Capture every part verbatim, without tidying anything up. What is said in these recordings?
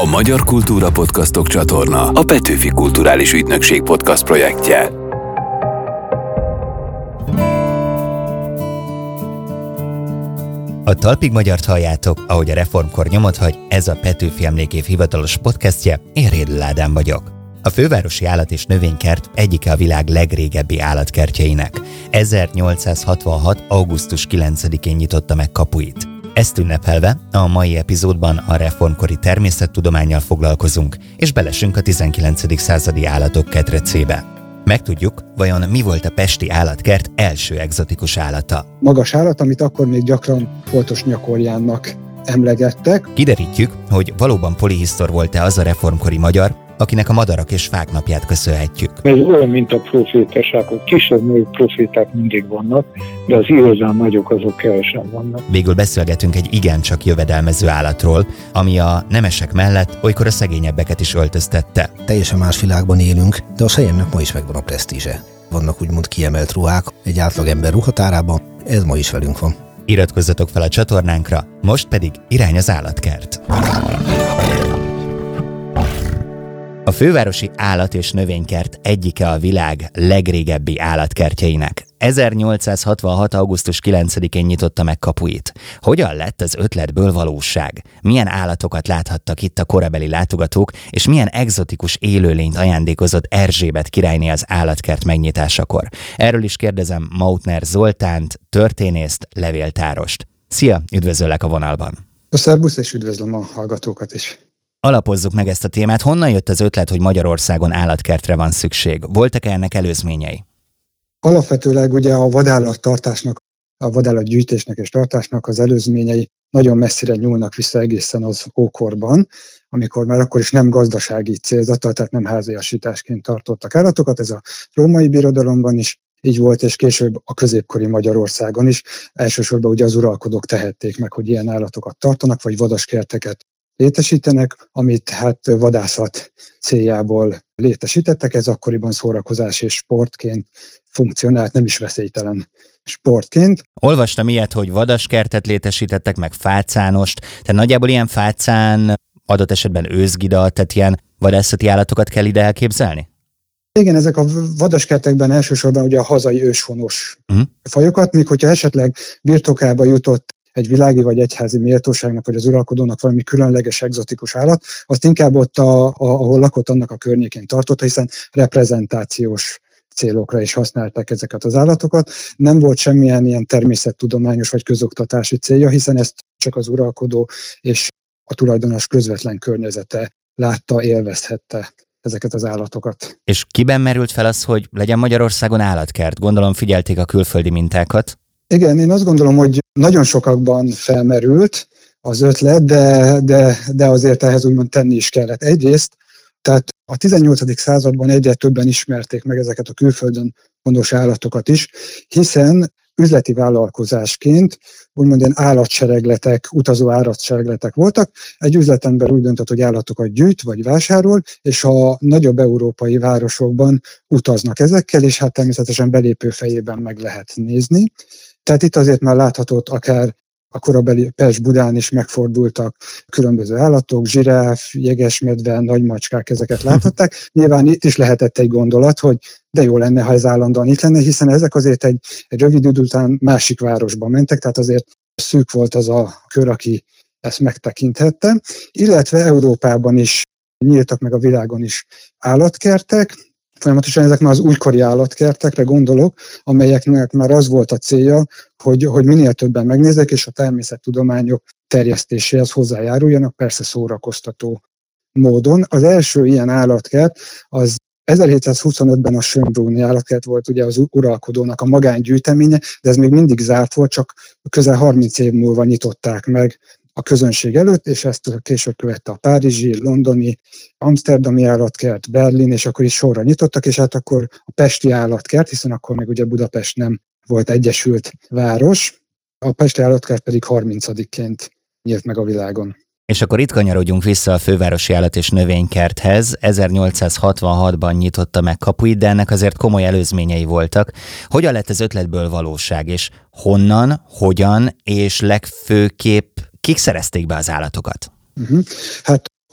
Magyar Kultúra Podcastok csatorna a Petőfi Kulturális Ügynökség podcast projektje. A Talpig Magyart halljátok, ahogy a reformkor nyomot hagy, ez a Petőfi Emlékév hivatalos podcastje, én Rédl Ádám vagyok. A fővárosi állat- és növénykert egyike a világ legrégebbi állatkertjeinek. ezernyolcszázhatvanhat. augusztus kilencedikén nyitotta meg kapuit. Ezt ünnepelve a mai epizódban a reformkori természettudománnyal foglalkozunk, és belesünk a tizenkilencedik századi állatok ketrecébe. Megtudjuk, vajon mi volt a pesti állatkert első egzotikus állata. Magas állat, amit akkor még gyakran foltos nyakorjánnak emlegettek. Kiderítjük, hogy valóban polihisztor volt-e az a reformkori magyar, akinek a madarak és fák napját köszönhetjük. Ez olyan, mint a profétaság, hogy kisebb-nagyobb proféták mindig vannak, de az igazán nagyok azok kevesen vannak. Végül beszélgetünk egy igencsak jövedelmező állatról, ami a nemesek mellett olykor a szegényebbeket is öltöztette. Teljesen más világban élünk, de a selyemnek ma is megvan a presztízse. Vannak úgymond kiemelt ruhák egy átlagember ruhatárában, ez ma is velünk van. Iratkozzatok fel a csatornánkra, most pedig irány az állatkert. A fővárosi állat- és növénykert egyike a világ legrégebbi állatkertjeinek. ezernyolcszázhatvanhat. augusztus kilencedikén nyitotta meg kapuit. Hogyan lett az ötletből valóság? Milyen állatokat láthattak itt a korabeli látogatók, és milyen egzotikus élőlényt ajándékozott Erzsébet királyné az állatkert megnyitásakor? Erről is kérdezem Mautner Zoltánt, történészt, levéltárost. Szia, üdvözöllek a vonalban! Szerbusz, és üdvözlöm a hallgatókat is! Alapozzuk meg ezt a témát. Honnan jött az ötlet, hogy Magyarországon állatkertre van szükség? Voltak-e ennek előzményei? Alapvetőleg ugye a vadállattartásnak, a vadállatgyűjtésnek és tartásnak az előzményei nagyon messzire nyúlnak vissza egészen az ókorban, amikor már akkor is nem gazdasági célzattal, tehát nem háziasításként tartottak állatokat. Ez a római birodalomban is így volt, és később a középkori Magyarországon is. Elsősorban ugye az uralkodók tehették meg, hogy ilyen állatokat tartanak, vagy vadaskerteket létesítenek, amit hát vadászat céljából létesítettek. Ez akkoriban szórakozás és sportként funkcionált, nem is veszélytelen sportként. Olvastam ilyet, hogy vadaskertet létesítettek, meg fácánost, tehát nagyjából ilyen fácán, adott esetben őzgida, tehát ilyen vadászati állatokat kell ide elképzelni? Igen, ezek a vadaskertekben elsősorban ugye a hazai őshonos uh-huh. fajokat, míg hogyha esetleg birtokába jutott egy világi vagy egyházi méltóságnak, vagy az uralkodónak valami különleges, egzotikus állat, azt inkább ott, a, a, ahol lakott, annak a környékén tartotta, hiszen reprezentációs célokra is használták ezeket az állatokat. Nem volt semmilyen ilyen természettudományos vagy közoktatási célja, hiszen ezt csak az uralkodó és a tulajdonos közvetlen környezete látta, élvezhette ezeket az állatokat. És kiben merült fel az, hogy legyen Magyarországon állatkert? Gondolom figyelték a külföldi mintákat. Igen, én azt gondolom, hogy nagyon sokakban felmerült az ötlet, de, de, de azért ehhez úgymond tenni is kellett. Egyrészt, tehát a tizennyolcadik században egyre többen ismerték meg ezeket a külföldön honos állatokat is, hiszen üzleti vállalkozásként úgymond ilyen állatseregletek, utazó állatseregletek voltak. Egy üzletember úgy döntött, hogy állatokat gyűjt vagy vásárol, és a nagyobb európai városokban utaznak ezekkel, és hát természetesen belépő fejében meg lehet nézni. Tehát itt azért már láthatott, akár a korabeli Pest-Budán is megfordultak különböző állatok, zsiráf, jegesmedve, nagymacskák, ezeket láthatták. Nyilván itt is lehetett egy gondolat, hogy de jó lenne, ha ez állandóan itt lenne, hiszen ezek azért egy, egy rövid idő után másik városba mentek, tehát azért szűk volt az a kör, aki ezt megtekinthette. Illetve Európában is nyíltak meg, a világon is állatkertek. Folyamatosan ezek már az újkori állatkertekre gondolok, amelyeknek már az volt a célja, hogy, hogy minél többen megnézzek, és a természettudományok terjesztéséhez hozzájáruljanak, persze szórakoztató módon. Az első ilyen állatkert az ezerhétszázhuszonötben a Schönbrunni állatkert volt ugye az uralkodónak a magángyűjteménye, de ez még mindig zárt volt, csak közel harminc év múlva nyitották meg a közönség előtt, és ezt később követte a párizsi, londoni, amszterdami állatkert, Berlin, és akkor is sorra nyitottak, és hát akkor a pesti állatkert, hiszen akkor még ugye Budapest nem volt egyesült város, a pesti állatkert pedig harmincadikként nyílt meg a világon. És akkor itt kanyarodjunk vissza a fővárosi állat- és növénykerthez. ezernyolcszázhatvanhatban nyitotta meg kapuit, de ennek azért komoly előzményei voltak. Hogyan lett az ötletből valóság, és honnan, hogyan, és legfőképp kik szerezték be az állatokat? Uh-huh. Hát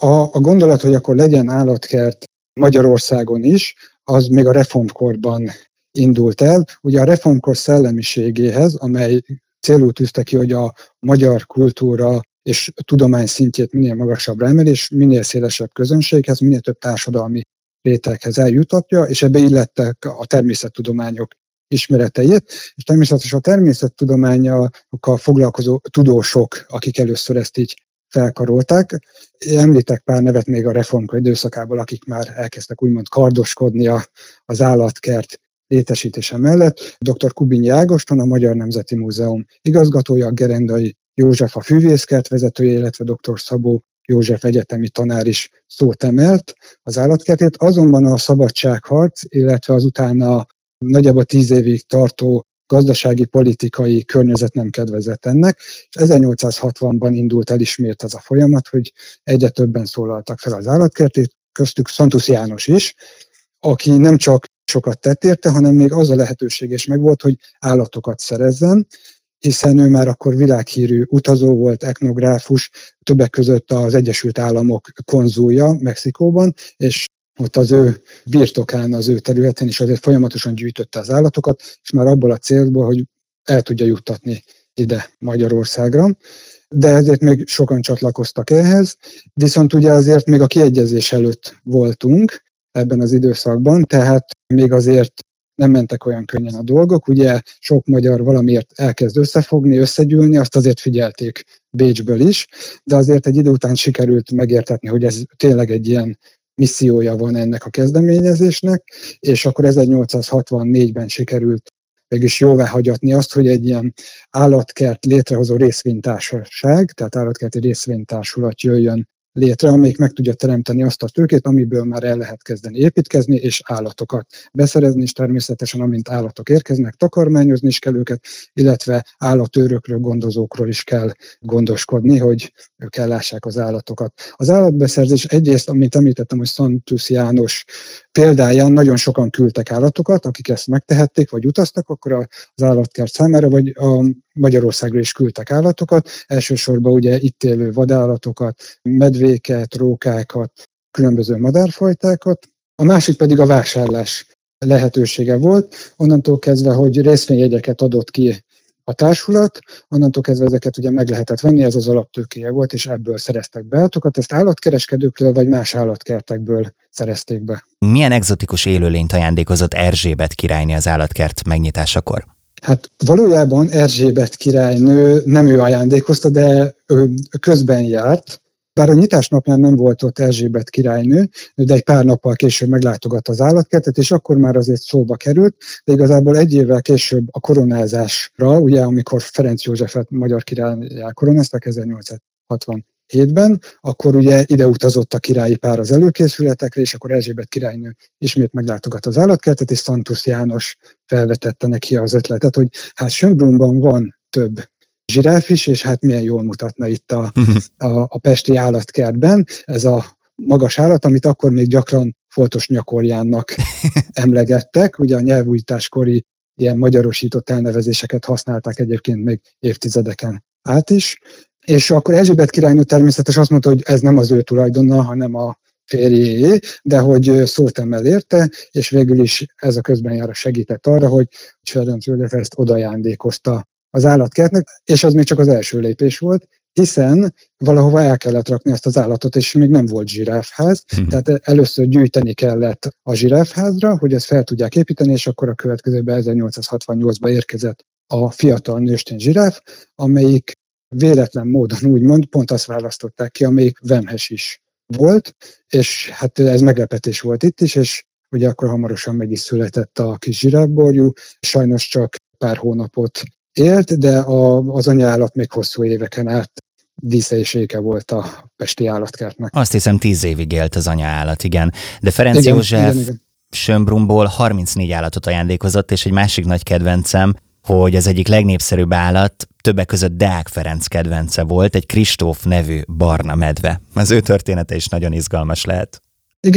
A, a gondolat, hogy akkor legyen állatkert Magyarországon is, az még a reformkorban indult el. Ugye a reformkor szellemiségéhez, amely célul tűzte ki, hogy a magyar kultúra és tudomány szintjét minél magasabbra emel, és minél szélesebb közönséghez, minél több társadalmi réteghez eljutatja, és ebbe illettek a természettudományok ismereteit, és természetesen a természettudományokkal foglalkozó tudósok, akik először ezt így felkarolták. Említek pár nevet még a reformkor időszakából, akik már elkezdtek úgymond kardoskodni az állatkert létesítése mellett. dr. Kubinyi Ágoston, a Magyar Nemzeti Múzeum igazgatója, Gerendai József a fűvészkert vezetője, illetve dr. Szabó József egyetemi tanár is szót emelt az állatkertét. Azonban a szabadságharc, illetve az utána nagyjából tíz évig tartó gazdasági, politikai környezet nem kedvezett ennek, és ezernyolcszázhatvanban indult el ismét ez a folyamat, hogy egyre többen szólaltak fel az állatkertét, köztük Szantusz János is, aki nem csak sokat tett érte, hanem még az a lehetőség is megvolt, hogy állatokat szerezzen, hiszen ő már akkor világhírű utazó volt, etnográfus, többek között az Egyesült Államok konzulja Mexikóban, és ott az ő birtokán, az ő területen is azért folyamatosan gyűjtötte az állatokat, és már abból a célból, hogy el tudja juttatni ide Magyarországra. De ezért még sokan csatlakoztak ehhez, viszont ugye azért még a kiegyezés előtt voltunk ebben az időszakban, tehát még azért nem mentek olyan könnyen a dolgok, ugye sok magyar valamiért elkezd összefogni, összegyűlni, azt azért figyelték Bécsből is, de azért egy idő után sikerült megértetni, hogy ez tényleg egy ilyen missziója van ennek a kezdeményezésnek, és akkor ezernyolcszázhatvannégyben sikerült mégis jóvá hagyatni azt, hogy egy ilyen állatkert létrehozó részvénytársaság, tehát állatkerti részvénytársulat jöjjön létre, amelyik meg tudja teremteni azt a tőkét, amiből már el lehet kezdeni építkezni, és állatokat beszerezni, és természetesen amint állatok érkeznek, takarmányozni is kell őket, illetve állatőrökről, gondozókról is kell gondoskodni, hogy ők ellássák az állatokat. Az állatbeszerzés egyrészt, amit említettem, hogy Szantusz János példáján nagyon sokan küldtek állatokat, akik ezt megtehették, vagy utaztak, akkor az állatkert számára, vagy a Magyarországra is küldtek állatokat, elsősorban ugye itt élő vadállatokat, medvéket, rókákat, különböző madárfajtákat. A másik pedig a vásárlás lehetősége volt, onnantól kezdve, hogy részvényjegyeket adott ki a társulat, onnantól kezdve ezeket ugye meg lehetett venni, ez az alaptőkéje volt, és ebből szereztek be állatokat, ezt állatkereskedőkről vagy más állatkertekből szerezték be. Milyen egzotikus élőlényt ajándékozott Erzsébet királyné az állatkert megnyitásakor? Hát valójában Erzsébet királynő nem ő ajándékozta, de ő közben járt. Bár a nyitás napján nem volt ott Erzsébet királynő, de egy pár nappal később meglátogatta az állatkertet, és akkor már azért szóba került, de igazából egy évvel később a koronázásra, ugye amikor Ferenc Józsefet magyar királlyá koronázták ezernyolcszázhatvanhétben, akkor ugye ide utazott a királyi pár az előkészületekre, és akkor Erzsébet királynő ismét meglátogatta az állatkertet, és Szantusz János felvetette neki az ötletet, hogy hát Schönbrunnban van több zsiráf is, és hát milyen jól mutatna itt a, a, a pesti állatkertben ez a magas állat, amit akkor még gyakran foltos nyakorjánnak emlegettek. Ugye a nyelvújításkori ilyen magyarosított elnevezéseket használták egyébként még évtizedeken át is. És akkor Erzsébet királynő természetesen azt mondta, hogy ez nem az ő tulajdona, hanem a férjéjé, de hogy szót emel érte, és végül is ez a közbenjárás segített arra, hogy Ferenc József ezt odajándékozta az állatkertnek, és az még csak az első lépés volt, hiszen valahova el kellett rakni ezt az állatot, és még nem volt zsiráfház, hmm. tehát először gyűjteni kellett a zsiráfházra, hogy ezt fel tudják építeni, és akkor a következőben ezernyolcszázhatvannyolcban érkezett a fiatal nőstény zsiráf, amelyik véletlen módon úgymond pont azt választották ki, amelyik vemhes is volt, és hát ez meglepetés volt itt is, és ugye akkor hamarosan meg is született a kis zsiráfborjú, sajnos csak pár hónapot élt, de a, az anyaállat még hosszú éveken át dísze és éke volt a pesti állatkertnek. Azt hiszem tíz évig élt az anyaállat, igen. De Ferenc igen, József igen, igen. Schönbrunnból harmincnégy állatot ajándékozott, és egy másik nagy kedvencem, hogy az egyik legnépszerűbb állat többek között Deák Ferenc kedvence volt, egy Kristóf nevű barna medve. Az ő története is nagyon izgalmas lehet. Igen,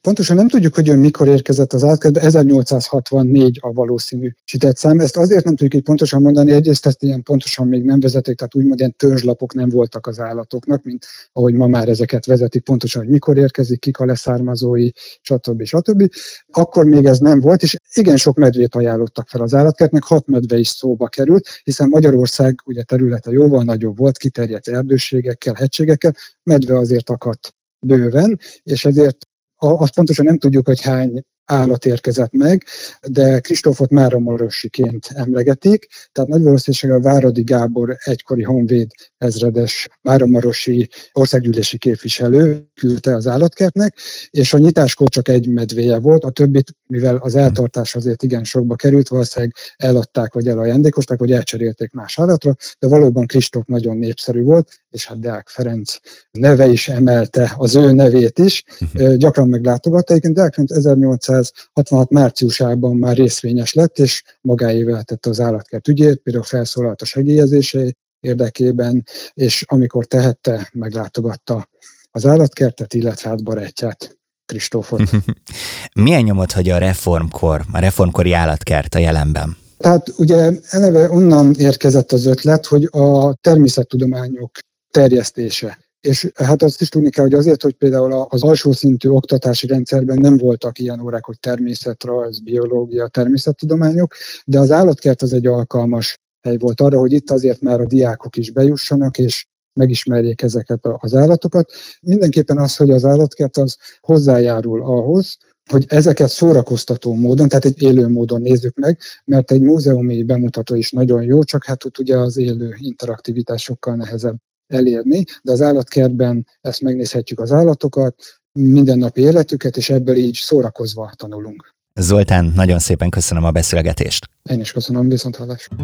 Pontosan nem tudjuk, hogy ön mikor érkezett az állatkertbe, ezernyolcszázhatvannégy a valószínűsített szám. Ezt azért nem tudjuk így pontosan mondani, egyrészt ezt ilyen pontosan még nem vezetik, tehát úgymond ilyen törzslapok nem voltak az állatoknak, mint ahogy ma már ezeket vezetik, pontosan, hogy mikor érkezik, kik a leszármazói, stb. stb. Akkor még ez nem volt, és igen sok medvét ajánlottak fel az állatkertnek, hat medve is szóba került, hiszen Magyarország ugye területe jóval nagyobb volt, kiterjedt erdőségekkel, hegységekkel, medve azért akadt bőven, és ezért azt pontosan nem tudjuk, hogy hány állat érkezett meg, de Kristófot Máramarossiként emlegetik, tehát nagy valószínűséggel Váradi Gábor egykori honvéd ezredes Máramarossi országgyűlési képviselő küldte az állatkertnek, és a nyitáskor csak egy medvéje volt, a többit, mivel az eltartás azért igen sokba került, valószínűleg eladták, vagy elajándékozták, vagy elcserélték más állatra, de valóban Kristóf nagyon népszerű volt, és hát Deák Ferenc neve is emelte az ő nevét is. Gyakran meglátogatta, egyébként Deák Ferenc ezernyolcszázhatvanhat márciusában már részvényes lett, és magáévá tette az állatkert ügyét, például felszólalt a segélyezése érdekében, és amikor tehette, meglátogatta az állatkertet, illetve hát barátját, Kristófot. Milyen nyomot hagy a reformkor, a reformkori állatkert a jelenben? Tehát ugye eleve onnan érkezett az ötlet, hogy a természettudományok terjesztése. És hát azt is tudni kell, hogy azért, hogy például az alsó szintű oktatási rendszerben nem voltak ilyen órák, hogy természetrajz, biológia, természettudományok, de az állatkert az egy alkalmas hely volt arra, hogy itt azért már a diákok is bejussanak, és megismerjék ezeket az állatokat. Mindenképpen az, hogy az állatkert az hozzájárul ahhoz, hogy ezeket szórakoztató módon, tehát egy élő módon nézzük meg, mert egy múzeumi bemutató is nagyon jó, csak hát ott ugye az élő interaktivitás sokkal nehezebb elérni, de az állatkertben ezt megnézhetjük az állatokat, mindennapi életüket, és ebből így szórakozva tanulunk. Zoltán, nagyon szépen köszönöm a beszélgetést. Én is köszönöm, viszont hallásra.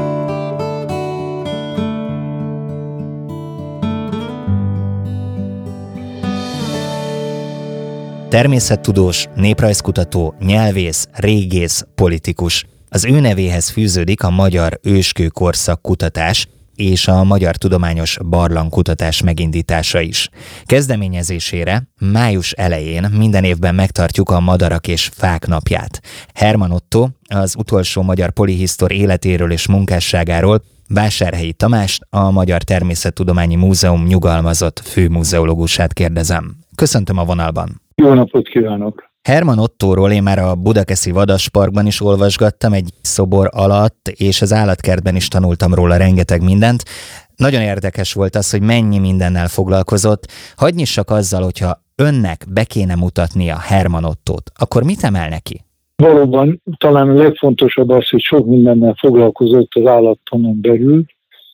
Természettudós, néprajzkutató, nyelvész, régész, politikus. Az ő nevéhez fűződik a magyar őskőkorszak kutatás és a magyar tudományos barlangkutatás megindítása is. Kezdeményezésére május elején minden évben megtartjuk a Madarak és Fák napját. Herman Ottó, az utolsó magyar polihisztor életéről és munkásságáról, Vásárhelyi Tamást, a Magyar Természettudományi Múzeum nyugalmazott főmuzeológusát kérdezem. Köszöntöm a vonalban! Jó napot kívánok! Herman Ottóról én már a Budakeszi Vadasparkban is olvasgattam egy szobor alatt, és az állatkertben is tanultam róla rengeteg mindent. Nagyon érdekes volt az, hogy mennyi mindennel foglalkozott. Hadd nyissak azzal, hogyha önnek be kéne mutatnia Herman Ottót, akkor mit emel neki? Valóban talán a legfontosabb az, hogy sok mindennel foglalkozott az állattanon belül,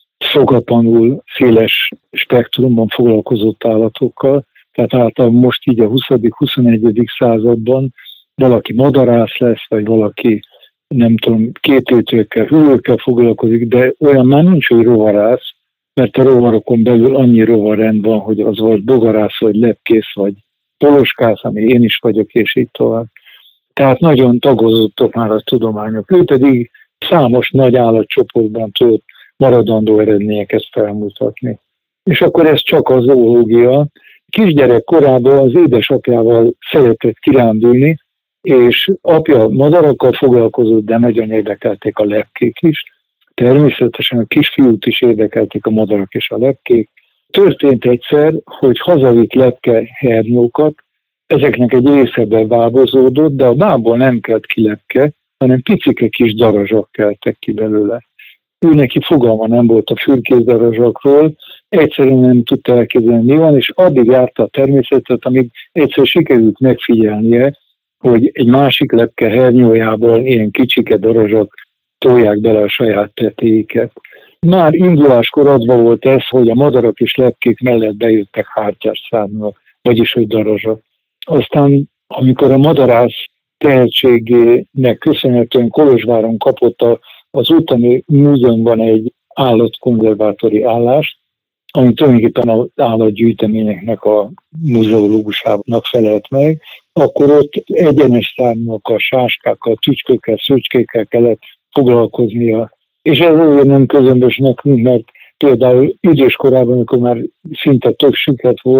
szokatlanul széles spektrumban foglalkozott állatokkal, tehát általában most így a huszadik-huszonegyedik században valaki madarász lesz, vagy valaki nem tudom, kétlétőkkel, hüllőkkel foglalkozik, de olyan már nincs, hogy rovarász, mert a rovarokon belül annyi rovarrend van, hogy az vagy bogarász, vagy lepkész, vagy poloskász, ami én is vagyok, és így tovább. Tehát nagyon tagozottak már a tudományok. Ő pedig számos nagy állatcsoportban tudott maradandó eredményeket felmutatni. És akkor ez csak a zoológia. Kisgyerek korában az édesapjával szeretett kirándulni, és apja madarakkal foglalkozott, de nagyon érdekelték a lepkék is. Természetesen a kisfiút is érdekelték a madarak és a lepkék. Történt egyszer, hogy hazavitt lepkehernyókat, ezeknek egy része bebábozódott, de a bából nem kelt ki lepke, hanem picike kis darazsak keltek ki belőle. Ő neki fogalma nem volt a fürkészdarazsakról, egyszerűen nem tudta elképzelni, mi van, és addig járta a természetet, amíg egyszer sikerült megfigyelnie, hogy egy másik lepke hernyójából ilyen kicsike darazsak tolják bele a saját tetéiket. Már induláskor adva volt ez, hogy a madarak és lepkék mellett bejöttek hártyás szárnyak, vagyis hogy darazsak. Aztán, amikor a madarász tehetségének köszönhetően Kolozsváron kapott a, az Uttani Múzeumban egy állatkonzervátori állást, ami tulajdonképpen az állatgyűjteményeknek a muzeológusának felelt meg, akkor ott egyenes szárnyakkal, sáskákkal, tücskökkel, szöcskékkel kellett foglalkoznia. És ez azért nem közömbös nekünk, mert például idős korában, amikor már szinte tök süket volt,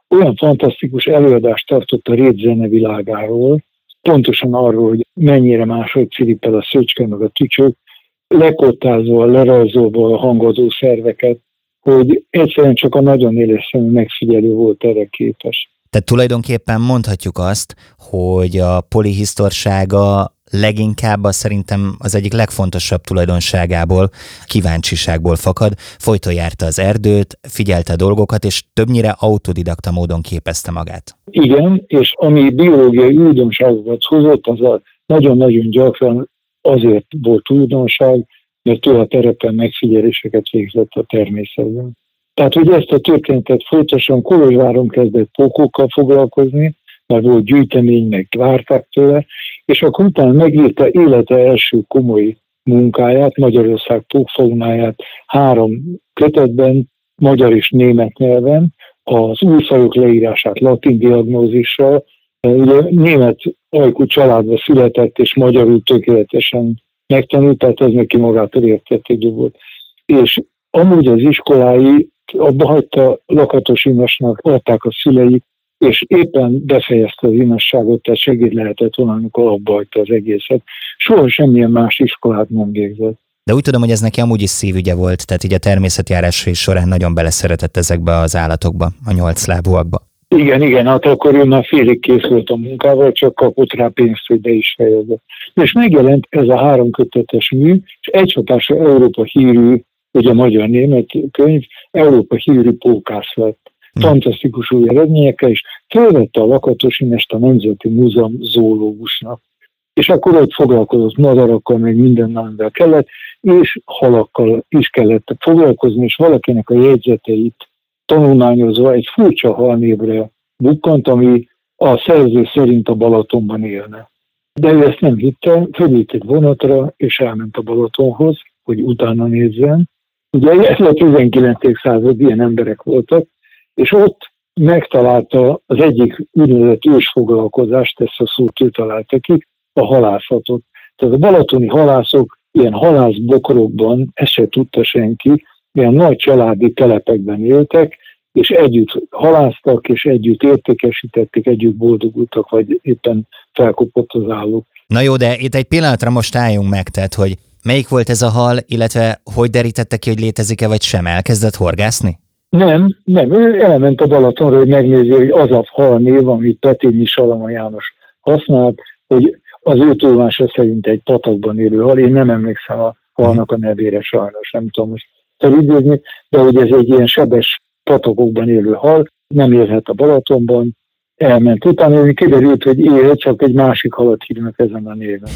olyan fantasztikus előadást tartott a rétzene világáról, pontosan arról, hogy mennyire máshogy ciripel a szöcske meg a tücsök, lekottázva, lerajzolva a hangadó szerveket, hogy egyszerűen csak a nagyon éles szemű megfigyelő volt erre képes. Tehát tulajdonképpen mondhatjuk azt, hogy a polihisztorsága leginkább az szerintem az egyik legfontosabb tulajdonságából, kíváncsiságból fakad. Folyton járta az erdőt, figyelte a dolgokat, és többnyire autodidakta módon képezte magát. Igen, és ami biológiai újdonságokat hozott, az a nagyon-nagyon gyakran azért volt újdonság, mert ő a terepen megfigyeléseket végzett a természetben. Tehát, hogy ezt a történetet folytosan Kolozsváron kezdett pókokkal foglalkozni, mert volt gyűjtemény, meg várták tőle, és akkor utána megírta élete első komoly munkáját, Magyarország pókfaunáját három kötetben, magyar és német nyelven, az újfajok leírását latin diagnózissal. Ugye német ajkú családba született, és magyarul tökéletesen megtanult, tehát ez neki magától értetődő volt. És amúgy az iskolái abba hagyta, Lakatos Imesnak adták a szülei, és éppen befejezte az imesságot, tehát segéd lehetett volna, amikor abba hagyta az egészet. Soha semmilyen más iskolát nem végzett. De úgy tudom, hogy ez neki amúgy is szívügye volt, tehát így a természetjárásai során nagyon beleszeretett ezekbe az állatokba, a nyolclábúakba. Igen, igen, hát akkor ő már félig kész volt a munkával, csak kapott rá pénzt, hogy be is fejezett. És megjelent ez a három kötetes mű, és egyhatásra Európa hírű, ugye magyar-német könyv, Európa hírű pókász lett. Fantasztikus új eredményekkel, és felvette a Lakatos Imest a Nemzeti Múzeum zoológusnak. És akkor ott foglalkozott madarakkal, meg minden, amivel kellett, és halakkal is kellett foglalkozni, és valakinek a jegyzeteit tanulmányozva egy furcsa halnévre bukkant, ami a szerző szerint a Balatonban élne. De ő ezt nem hitte, fölült egy vonatra, és elment a Balatonhoz, hogy utána nézzen. Ugye ez a tizenkilencedik század, ilyen emberek voltak, és ott megtalálta az egyik úgynevezett ősfoglalkozást, ezt a szót ő találta ki, a halászatot. Tehát a balatoni halászok ilyen halászbokrokban, ezt se tudta senki, ilyen nagy családi telepekben éltek, és együtt halásztak, és együtt értékesítették, együtt boldogultak, vagy éppen felkopott az álluk. Na jó, de itt egy pillanatra most álljunk meg, tehát, hogy melyik volt ez a hal, illetve hogy derítette ki, hogy létezik-e, vagy sem? Elkezdett horgászni? Nem, nem, ő elment a Balatonra, hogy megnézi, hogy az a hal név, amit Petényi Salama János használt, hogy az ő tudomása szerint egy patakban élő hal. Én nem emlékszem a halnak a nevére sajnos, nem tudom most felidézni, de hogy ez egy ilyen sebes patakokban élő hal, nem élhet a Balatonban, elment. Utána kiderült, hogy él, csak egy másik halat hívnak ezen a néven.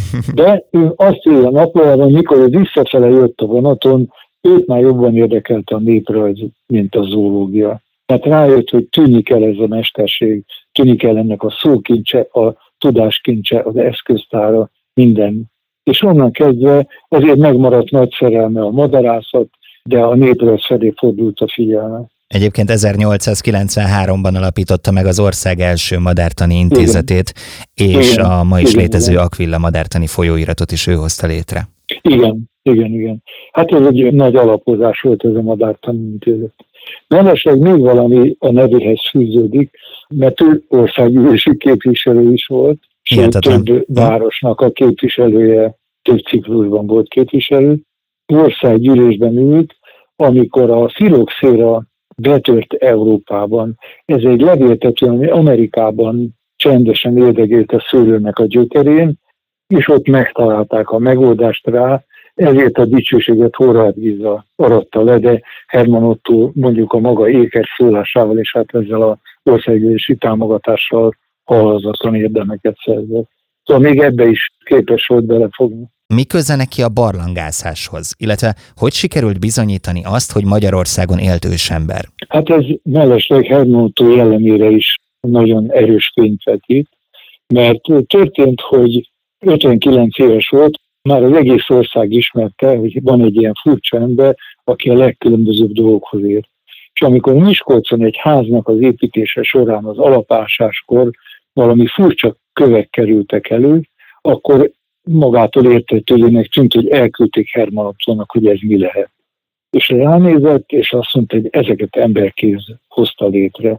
De ő azt él a naplójában, mikor ő visszafele jött a vonaton, őt már jobban érdekelte a néprajz, mint a zoológia. Tehát rájött, hogy tűnik el ez a mesterség, tűnik el ennek a szókincse, a tudáskincse, az eszköztára, minden. És onnan kezdve azért megmaradt nagy szerelme a madarászat, de a néprajz felé fordult a figyelme. Egyébként ezernyolcszázkilencvenháromban alapította meg az ország első madártani intézetét, igen. és igen. a ma is igen, létező igen. Aquilla madártani folyóiratot is ő hozta létre. Igen, igen, igen. Hát ez egy nagy alapozás volt ez a madártani intézet. Mellesleg még valami a nevéhez fűződik, mert ő országgyűlési képviselő is volt, és több városnak a képviselője, több ciklusban volt képviselő. Országgyűlésben ült, amikor a filoxéra betört Európában. Ez egy levéltető, ami Amerikában csendesen érdegélt a szőlőnek a gyökerén, és ott megtalálták a megoldást rá, ezért a dicsőséget Horváth Géza aratta le, de Hermann Ottó mondjuk a maga ékes szólásával, és hát ezzel az országgyűlési támogatással halhazatlan érdemeket szerzett. Szóval még ebbe is képes volt belefogni. Mi köze neki a barlangászáshoz? Illetve hogy sikerült bizonyítani azt, hogy Magyarországon élt ősember? Hát ez mellesleg Hermann Ottó jellemére is nagyon erős fényt vetít, mert történt, hogy ötvenkilenc éves volt, már az egész ország ismerte, hogy van egy ilyen furcsa ember, aki a legkülönbözőbb dolgokhoz ért. És amikor Miskolcon egy háznak az építése során az alapásáskor valami furcsa kövek kerültek elő, akkor magától értetődőnek tűnt, hogy elküldték Hermann Ottónak, hogy ez mi lehet. És és ránézett, és azt mondta, hogy ezeket emberkéz hozta létre.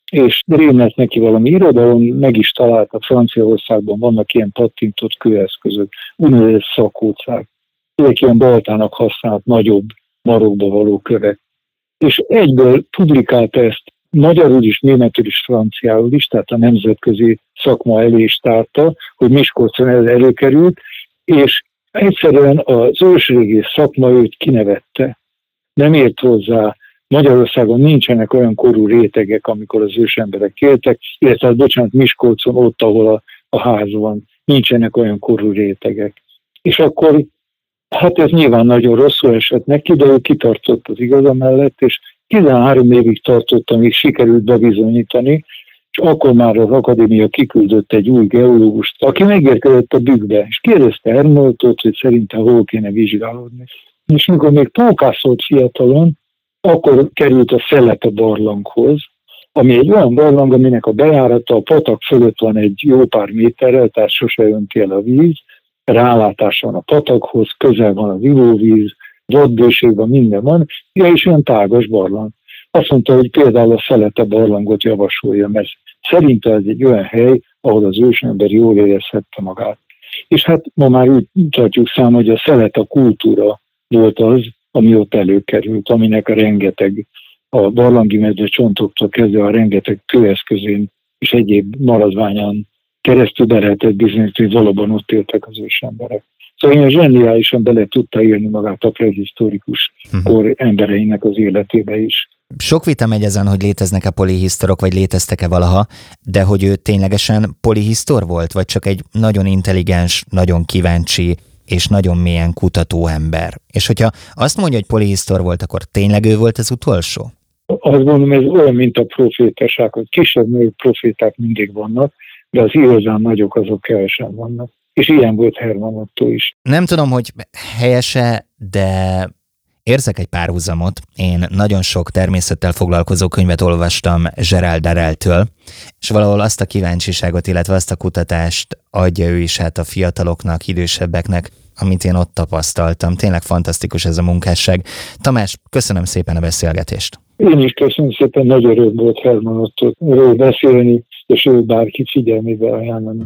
és rémlett neki valami irodalom, meg is találta, Franciaországban vannak ilyen pattintott kőeszközök, úgynevezett szakócák. Ezek ilyen baltának használt nagyobb marokba való kövek. És egyből publikálta ezt magyarul is, németül is, franciául is, tehát a nemzetközi szakma elé is tárta, hogy Miskolcon ez előkerült, és egyszerűen az ősrégész szakma őt kinevette. Nem ért hozzá. Magyarországon nincsenek olyan korú rétegek, amikor az ősemberek éltek, illetve, bocsánat, Miskolcon, ott, ahol a, a ház van, nincsenek olyan korú rétegek. És akkor, hát ez nyilván nagyon rosszul esett neki, de ő kitartott az igaza mellett, és tizenhárom évig tartott, amíg sikerült bebizonyítani, és akkor már az akadémia kiküldött egy új geológust, aki megérkezett a bükkbe, és kérdezte Hermoltot, hogy szerintem hol kéne vizsgálódni. És mikor még pókászolt fiatalon, akkor került a Szelete barlanghoz, ami egy olyan barlang, aminek a bejárata a patak fölött van egy jó pár méterrel, tehát sose önti el a víz, rálátás van a patakhoz, közel van az ivóvíz, vadbőségben minden van, ja, és olyan tágas barlang. Azt mondta, hogy például a Szelete barlangot javasolja, mert szerinte ez egy olyan hely, ahol az ősember jól érezhette magát. És hát ma már úgy tartjuk számon, hogy a Szelete kultúra volt az, ami ott előkerült, aminek a rengeteg, a barlangi medve csontoktól kezdve a rengeteg kőeszközén és egyéb maradványán keresztül be lehetett bizonyítani, hogy valóban ott éltek az ősemberek. Szóval ilyen zseniálisan bele tudta élni magát a prehisztorikus kor embereinek az életébe is. Sok vita megy ezen, hogy léteznek-e polihisztorok, vagy léteztek-e valaha, de hogy ő ténylegesen polihisztor volt, vagy csak egy nagyon intelligens, nagyon kíváncsi és nagyon mélyen kutató ember. És hogyha azt mondja, hogy polihisztor volt, akkor tényleg ő volt az utolsó? Azt mondom, ez olyan, mint a profétaság, hogy kisebb-nagyobb proféták mindig vannak, de az igazán nagyok azok kevesen vannak. És ilyen volt Hermann Ottó is. Nem tudom, hogy helyese, de érzek egy párhuzamot. Én nagyon sok természettel foglalkozó könyvet olvastam Gerald Darrell-től, és valahol azt a kíváncsiságot, illetve azt a kutatást adja ő is hát a fiataloknak, idősebbeknek, amit én ott tapasztaltam. Tényleg fantasztikus ez a munkásság. Tamás, köszönöm szépen a beszélgetést. Én is köszönöm szépen, nagy öröm volt Hermann Ottóról beszélni, és ő bárki figyelmébe ajánlani.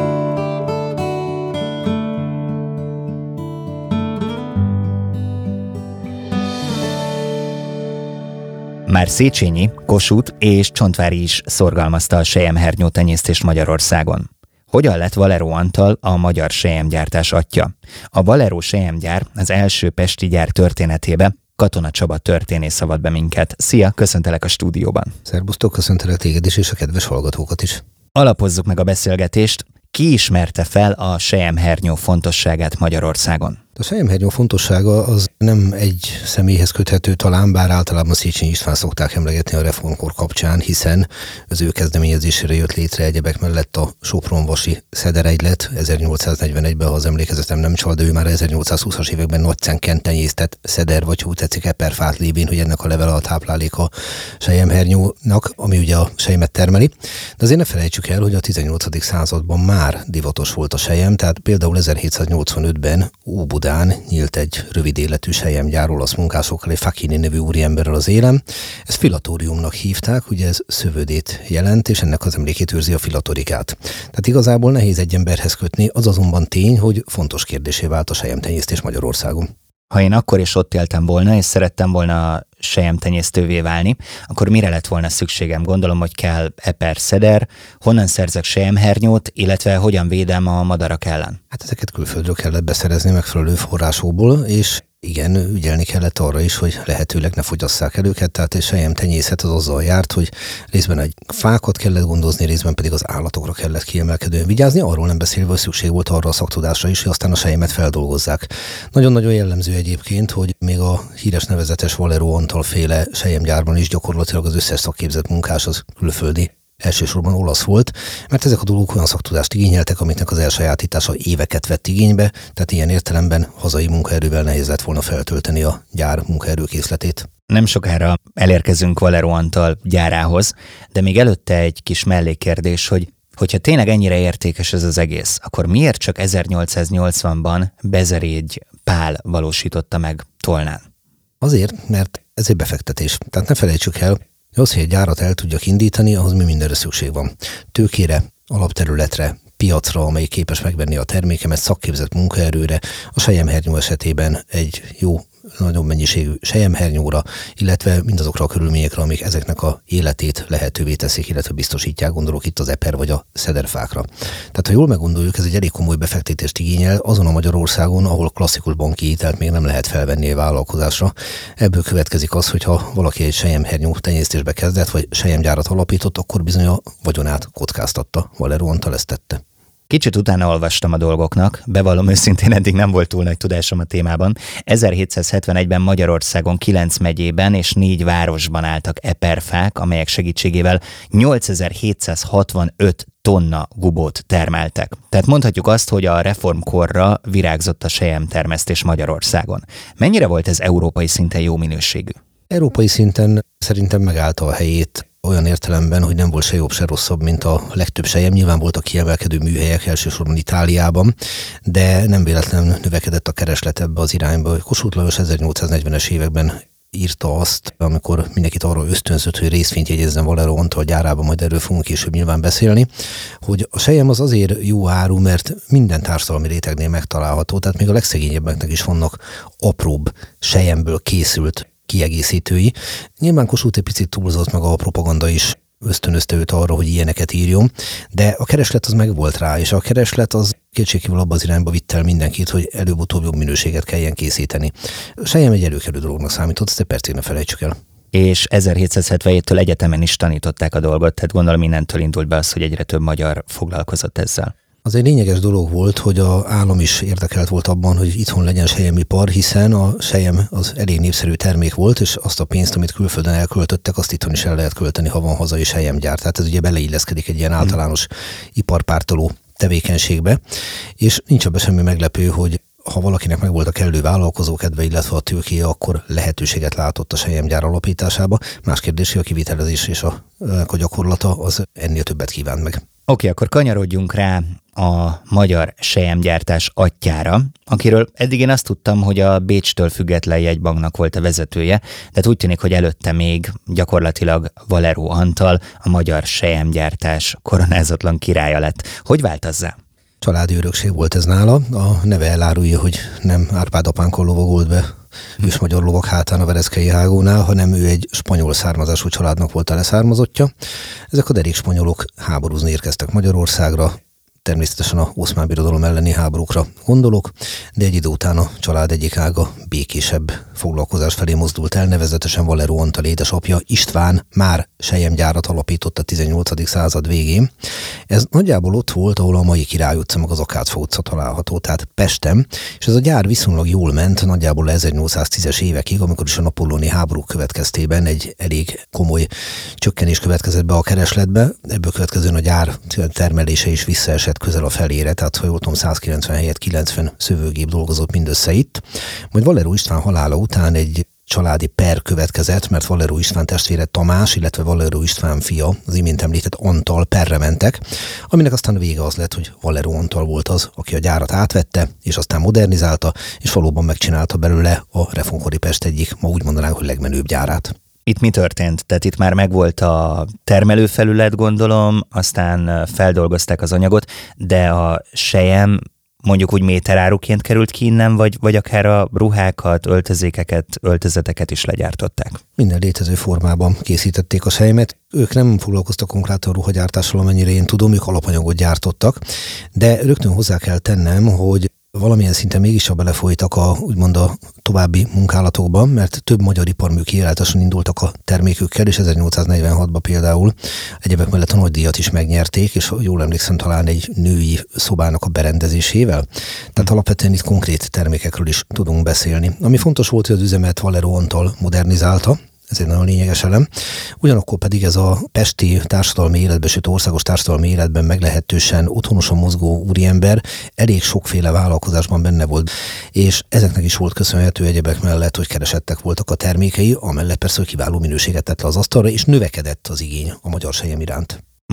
Már Széchenyi, Kossuth és Csontváry is szorgalmazta a selyemhernyó tenyésztést Magyarországon. Hogyan lett Valero Antal a magyar selyemgyártás atya? A Valero selyemgyár az első pesti gyár történetébe Katona Csaba történész avat be minket. Szia, köszöntelek a stúdióban. Szerbusztok, köszöntelek téged is, és a kedves hallgatókat is. Alapozzuk meg a beszélgetést. Ki ismerte fel a selyemhernyó fontosságát Magyarországon? A selyemhernyó fontossága az nem egy személyhez köthető talán, bár általában Széchenyi István szokták emlegetni a reformkor kapcsán, hiszen az ő kezdeményezésére jött létre egyebek mellett a Sopron-vasi szederegylet ezernyolcszáznegyvenegyben, ha az emlékezetem nem csal, de ő már ezernyolcszázhúszas években Nagycenken tenyésztett szeder, vagy úgy tetszik eperfát lévén, hogy ennek a levele a táplálék a selyemhernyónak, ami ugye a selymet termeli. De azért ne felejtsük el, hogy a tizennyolcadik században már divatos volt a selyem, tehát például ezerhétszáznyolcvanötben Óbudán nyílt egy rövid életű selyemgyár olasz munkásokkal, egy Facchini nevű úriemberrel az élem. Ezt filatóriumnak hívták, ugye ez szövődét jelent, és ennek az emlékét őrzi a filatorikát. Tehát igazából nehéz egy emberhez kötni, az azonban tény, hogy fontos kérdésé vált a selyemtenyésztés Magyarországon. Ha én akkor is ott éltem volna, és szerettem volna selyemtenyésztővé válni, akkor mire lett volna szükségem? Gondolom, hogy kell eper szeder, honnan szerzek selyemhernyót, illetve hogyan védem a madarak ellen? Hát ezeket külföldről kellett beszerezni megfelelő forrásokból, és igen, ügyelni kellett arra is, hogy lehetőleg ne fogyasszák el őket, tehát egy selyemtenyészet az azzal járt, hogy részben egy fákat kellett gondozni, részben pedig az állatokra kellett kiemelkedően vigyázni, arról nem beszélve, hogy szükség volt arra a szaktudásra is, hogy aztán a selymet feldolgozzák. Nagyon-nagyon jellemző egyébként, hogy még a híres nevezetes Valero Antal féle selyemgyárban is gyakorlatilag az összes szakképzett munkás az külföldi, elsősorban olasz volt, mert ezek a dolgok olyan szaktudást igényeltek, amiknek az elsajátítása éveket vett igénybe, tehát ilyen értelemben hazai munkaerővel nehéz lett volna feltölteni a gyár munkaerőkészletét. Nem sokára elérkezünk Valero Antal gyárához, de még előtte egy kis mellékkérdés, hogy hogyha tényleg ennyire értékes ez az egész, akkor miért csak ezernyolcszáznyolcvanban Bezerégy Pál valósította meg Tolnán? Azért, mert ez egy befektetés. Tehát ne felejtsük el, Az, hogy egy gyárat el tudjak indítani, ahhoz mi mindenre szükség van. Tőkére, alapterületre, piacra, amely képes megvenni a termékemet, szakképzett munkaerőre, a selyemhernyó esetében egy jó, nagyobb mennyiségű selyemhernyóra, illetve mindazokra a körülményekre, amik ezeknek a életét lehetővé teszik, illetve biztosítják, gondolok itt az eper vagy a szederfákra. Tehát ha jól meggondoljuk, ez egy elég komoly befektetést igényel azon a Magyarországon, ahol klasszikus banki hitelt még nem lehet felvenni a vállalkozásra. Ebből következik az, hogy ha valaki egy selyemhernyó tenyésztésbe kezdett, vagy selyemgyárat alapított, akkor bizony a vagyonát kockáztatta. Valero Antal ezt tette. Kicsit utána olvastam a dolgoknak, bevallom őszintén, eddig nem volt túl nagy tudásom a témában. ezerhétszázhetvenegyben Magyarországon kilenc megyében és négy városban álltak eperfák, amelyek segítségével nyolcezer-hétszázhatvanöt tonna gubót termeltek. Tehát mondhatjuk azt, hogy a reformkorra virágzott a selyemtermesztés Magyarországon. Mennyire volt ez európai szinten jó minőségű? Európai szinten szerintem megállta a helyét, olyan értelemben, hogy nem volt se jobb, se rosszabb, mint a legtöbb selyem. Nyilván voltak kiemelkedő műhelyek, elsősorban Itáliában, de nem véletlenül növekedett a kereslet ebbe az irányba. Kossuth Lajos ezernyolcszáznegyvenes években írta azt, amikor mindenkit arra ösztönzött, hogy részvényt jegyezzen Valero Antal gyárában, majd erről fogunk később nyilván beszélni, hogy a selyem az azért jó áru, mert minden társadalmi rétegnél megtalálható, tehát még a legszegényebbeknek is vannak apróbb selyemből készült kiegészítői. Nyilván Kossuth egy picit túlzott, meg a propaganda is ösztönözte őt arra, hogy ilyeneket írjon, de a kereslet az megvolt rá, és a kereslet az kétségkívül abban az irányba vitt el mindenkit, hogy előbb-utóbb jobb minőséget kelljen készíteni. A selyem egy előkelő dolognak számított, ezt egy percig ne felejtsük el. És ezerhétszázhetvenhéttől egyetemen is tanították a dolgot, tehát gondolom innentől indult be az, hogy egyre több magyar foglalkozott ezzel. Az egy lényeges dolog volt, hogy az állam is érdekelt volt abban, hogy itthon legyen selyemipar, hiszen a selyem az elég népszerű termék volt, és azt a pénzt, amit külföldön elköltöttek, azt itthon is el lehet költeni, ha van hazai selyemgyár. Tehát ez ugye beleilleszkedik egy ilyen általános iparpártoló tevékenységbe, és nincs abban semmi meglepő, hogy ha valakinek meg volt a kellő vállalkozókedve, illetve a tőkéje, akkor lehetőséget látott a selyemgyár alapításába. Más kérdés, hogy a kivitelezés és a, a gyakorlata az ennél többet kívánt meg. Oké, okay, akkor kanyarodjunk rá a magyar selyemgyártás atyjára, akiről eddig én azt tudtam, hogy a Bécstől független jegybanknak volt a vezetője, de úgy tűnik, hogy előtte még gyakorlatilag Valero Antal a magyar selyemgyártás koronázatlan királya lett. Hogy változzá? Családi örökség volt ez nála. A neve elárulja, hogy nem Árpád apánkon lovagolt be ős magyar lovak hátán a Vereszkei hágónál, hanem ő egy spanyol származású családnak volt a leszármazottja. Ezek a derék spanyolok háborúzni érkeztek Magyarországra, természetesen a Oszmán Birodalom elleni háborúkra gondolok, de egy idő után a család egyik ága békésebb foglalkozás felé mozdult el, nevezetesen Valero Antal édesapja István már selyemgyárat alapított a tizennyolcadik század végén. Ez nagyjából ott volt, ahol a mai Király utca meg az Akácfa utca található, tehát Pesten, és ez a gyár viszonylag jól ment, nagyjából ezernyolcszáztízes évekig, amikor is a napóleoni háborúk következtében egy elég komoly csökkenés következett be a keresletbe, ebből következően a gyár termelése is visszaesett közel a felére, tehát ha jól tudom, százkilencven helyett kilencven szövőgép dolgozott mindössze itt. Majd Valero István halála után egy családi per következett, mert Valero István testvére Tamás, illetve Valero István fia, az imént említett Antal perre mentek, aminek aztán a vége az lett, hogy Valero Antal volt az, aki a gyárat átvette, és aztán modernizálta, és valóban megcsinálta belőle a reformkori Pest egyik, ma úgy mondanánk, hogy legmenőbb gyárát. Itt mi történt? Tehát itt már megvolt a termelőfelület, gondolom, aztán feldolgozták az anyagot, de a selyem mondjuk úgy méteráruként került ki innen, vagy, vagy akár a ruhákat, öltözékeket, öltözeteket is legyártották? Minden létező formában készítették a selymet. Ők nem foglalkoztak konkrétan a ruhagyártással, amennyire én tudom, ők alapanyagot gyártottak, de rögtön hozzá kell tennem, hogy valamilyen szinten mégis a belefolytak a, úgymond a további munkálatokban, mert több magyar iparmű kiállításon indultak a termékükkel, és ezernyolcszáznegyvenhatban például egyebek mellett a nagydíjat is megnyerték, és jól emlékszem, talán egy női szobának a berendezésével. Tehát alapvetően itt konkrét termékekről is tudunk beszélni. Ami fontos volt, hogy az üzemet Valero Antal modernizálta, ez egy nagyon lényeges elem. Ugyanakkor pedig ez a pesti társadalmi életben, sőt országos társadalmi életben meglehetősen otthonosan mozgó úriember elég sokféle vállalkozásban benne volt, és ezeknek is volt köszönhető egyebek mellett, hogy keresettek voltak a termékei, amellett persze, hogy kiváló minőséget tett le az asztalra, és növekedett az igény a magyar selyem iránt.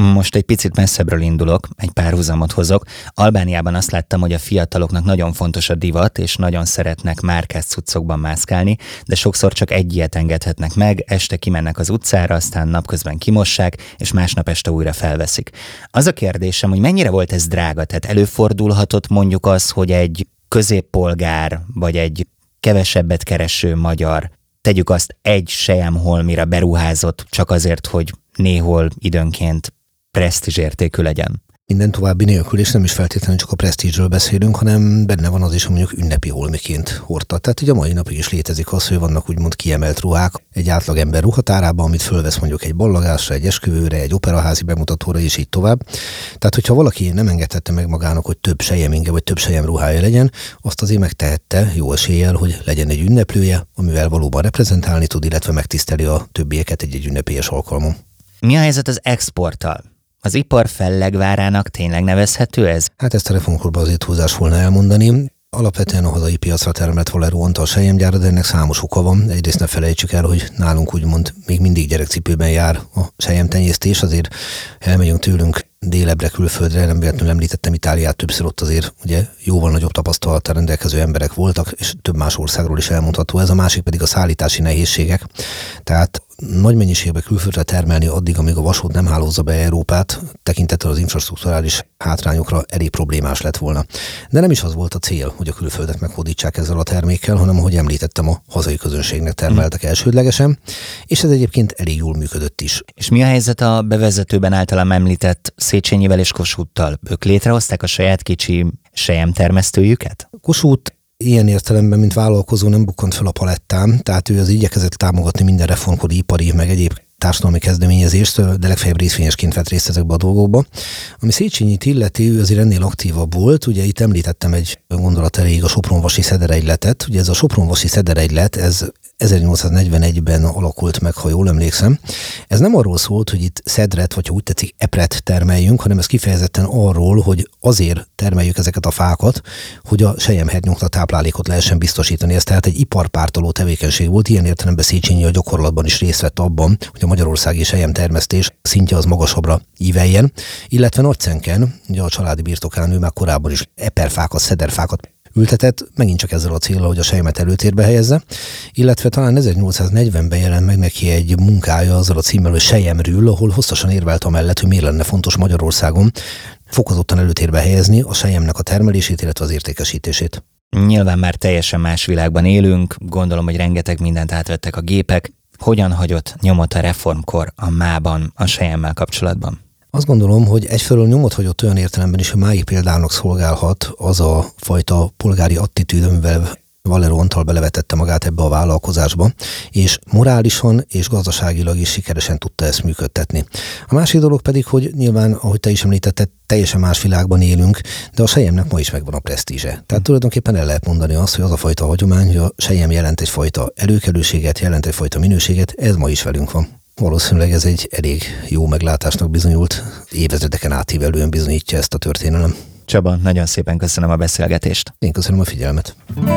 Most egy picit messzebbről indulok, egy párhuzamot hozok. Albániában azt láttam, hogy a fiataloknak nagyon fontos a divat, és nagyon szeretnek márkás cuccokban mászkálni, de sokszor csak egy ilyet engedhetnek meg, este kimennek az utcára, aztán napközben kimossák, és másnap este újra felveszik. Az a kérdésem, hogy mennyire volt ez drága? Tehát előfordulhatott mondjuk az, hogy egy középpolgár, vagy egy kevesebbet kereső magyar, tegyük azt, egy selyemholmira beruházott csak azért, hogy néhol időnként presztízsértékű legyen. Minden további nélkül, és nem is feltétlenül csak a presztízsről beszélünk, hanem benne van az is, hogy mondjuk ünnepi holmiként hordta. Tehát ugye a mai napig is létezik az, hogy vannak úgymond kiemelt ruhák egy átlagember ruhatárában, amit fölvesz mondjuk egy ballagásra, egy esküvőre, egy operaházi bemutatóra, és így tovább. Tehát, hogyha valaki nem engedhette meg magának, hogy több selyemingje vagy több selyem ruhája legyen, azt azért megtehette jó eséllyel, hogy legyen egy ünneplője, amivel valóban reprezentálni tud, illetve megtiszteli a többieket egy-egy ünnepélyes alkalmon. Mi a helyzet az exporttal? Az ipar fellegvárának tényleg nevezhető ez? Hát ezt a reformkorban azért húzás volna elmondani. Alapvetően a hazai piacra termelt Valero Antal selyemgyára, de ennek számos oka van. Egyrészt ne felejtsük el, hogy nálunk úgymond még mindig gyerekcipőben jár a selyemtenyésztés, azért elmegyünk tőlünk délebbre, külföldre, nem véletlenül említettem Itáliát többször, ott azért ugye jóval nagyobb tapasztalattal rendelkező emberek voltak, és több más országról is elmondható ez, a másik pedig a szállítási nehézségek. Tehát nagy mennyiségben külföldre termelni addig, amíg a vasút nem hálózza be Európát, tekintettel az infrastrukturális hátrányokra elég problémás lett volna. De nem is az volt a cél, hogy a külföldet meghódítsák ezzel a termékkel, hanem ahogy említettem, a hazai közönségnek termeltek elsődlegesen, és ez egyébként elég jól működött is. És mi a helyzet a bevezetőben általam említett Széchenyivel és Kossuthtal? Ők létrehozták a saját kicsi selyemtermesztőjüket? Kossuth ilyen értelemben, mint vállalkozó nem bukkant fel a palettán, tehát ő az igyekezett támogatni minden reformkori ipari, meg egyéb társadalmi kezdeményezést, de legfeljebb részvényesként vett részt ezekbe a dolgokba. Ami Széchenyit illeti, ő azért ennél aktívabb volt, ugye itt említettem egy gondolat elég a Sopronvasi szederegyletet, ugye ez a Sopronvasi szederegylet, ez ezernyolcszáznegyvenegyben alakult meg, ha jól emlékszem. Ez nem arról szólt, hogy itt szedret, vagy ha úgy tetszik, epret termeljünk, hanem ez kifejezetten arról, hogy azért termeljük ezeket a fákat, hogy a selyemhernyóknak táplálékot lehessen biztosítani. Ez tehát egy iparpártoló tevékenység volt, ilyen értelemben Széchenyi a gyakorlatban is részt vett abban, hogy a magyarországi selyemtermesztés szintje az magasabbra íveljen, illetve Nagycenken, ugye a családi birtokán ő már korábban is eperfákat, szederfákat ültetett, megint csak ezzel a céllal, hogy a selymet előtérbe helyezze, illetve talán ezernyolcszáznegyvenben jelent meg neki egy munkája azzal a címmel, hogy Selyemről, ahol hosszasan érvelt amellett, hogy miért lenne fontos Magyarországon fokozottan előtérbe helyezni a selyemnek a termelését, illetve az értékesítését. Nyilván már teljesen más világban élünk, gondolom, hogy rengeteg mindent átvettek a gépek. Hogyan hagyott nyomot a reformkor a mában a selyemmel kapcsolatban? Azt gondolom, hogy egyfelől nyomot hagyott olyan értelemben is, hogy máig példának szolgálhat az a fajta polgári attitűd, amivel Valero Antal belevetette magát ebbe a vállalkozásba, és morálisan és gazdaságilag is sikeresen tudta ezt működtetni. A másik dolog pedig, hogy nyilván, ahogy te is említetted, teljesen más világban élünk, de a selyemnek ma is megvan a presztízse. Tehát tulajdonképpen el lehet mondani azt, hogy az a fajta hagyomány, hogy a selyem jelent egyfajta előkelőséget, jelent egyfajta minőséget, ez ma is velünk van. Valószínűleg ez egy elég jó meglátásnak bizonyult, évezredeken átívelően bizonyítja ezt a történelem. Csaba, nagyon szépen köszönöm a beszélgetést. Én köszönöm a figyelmet.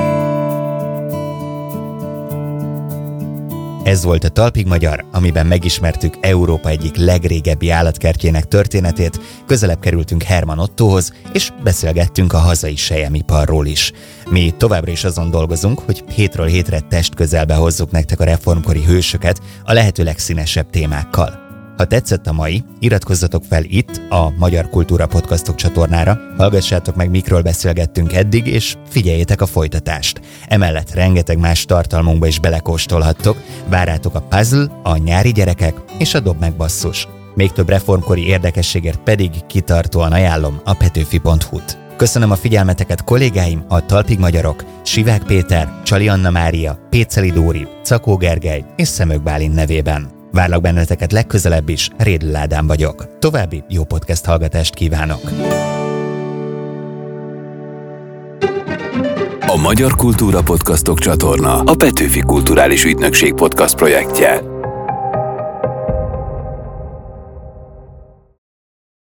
Ez volt a Talpig Magyar, amiben megismertük Európa egyik legrégebbi állatkertjének történetét, közelebb kerültünk Herman Ottóhoz, és beszélgettünk a hazai selyemiparról is. Mi továbbra is azon dolgozunk, hogy hétről hétre test közelbe hozzuk nektek a reformkori hősöket a lehető legszínesebb témákkal. Ha tetszett a mai, iratkozzatok fel itt a Magyar Kultúra Podcastok csatornára, hallgassátok meg, mikről beszélgettünk eddig, és figyeljétek a folytatást. Emellett rengeteg más tartalmunkba is belekóstolhattok, várjátok a Puzzle, a Nyári gyerekek és a Dob meg basszus. Még több reformkori érdekességért pedig kitartóan ajánlom a petőfi pont hu-t. Köszönöm a figyelmeteket kollégáim, a Talpig Magyarok, Sivák Péter, Csali Anna Mária, Péceli Dóri, Cakó Gergely és Szemök Bálint nevében. Várlak benneteket legközelebb is, Rédl Ádám vagyok. További jó podcast hallgatást kívánok! A Magyar Kultúra Podcastok csatorna a Petőfi Kulturális Ügynökség podcast projektje.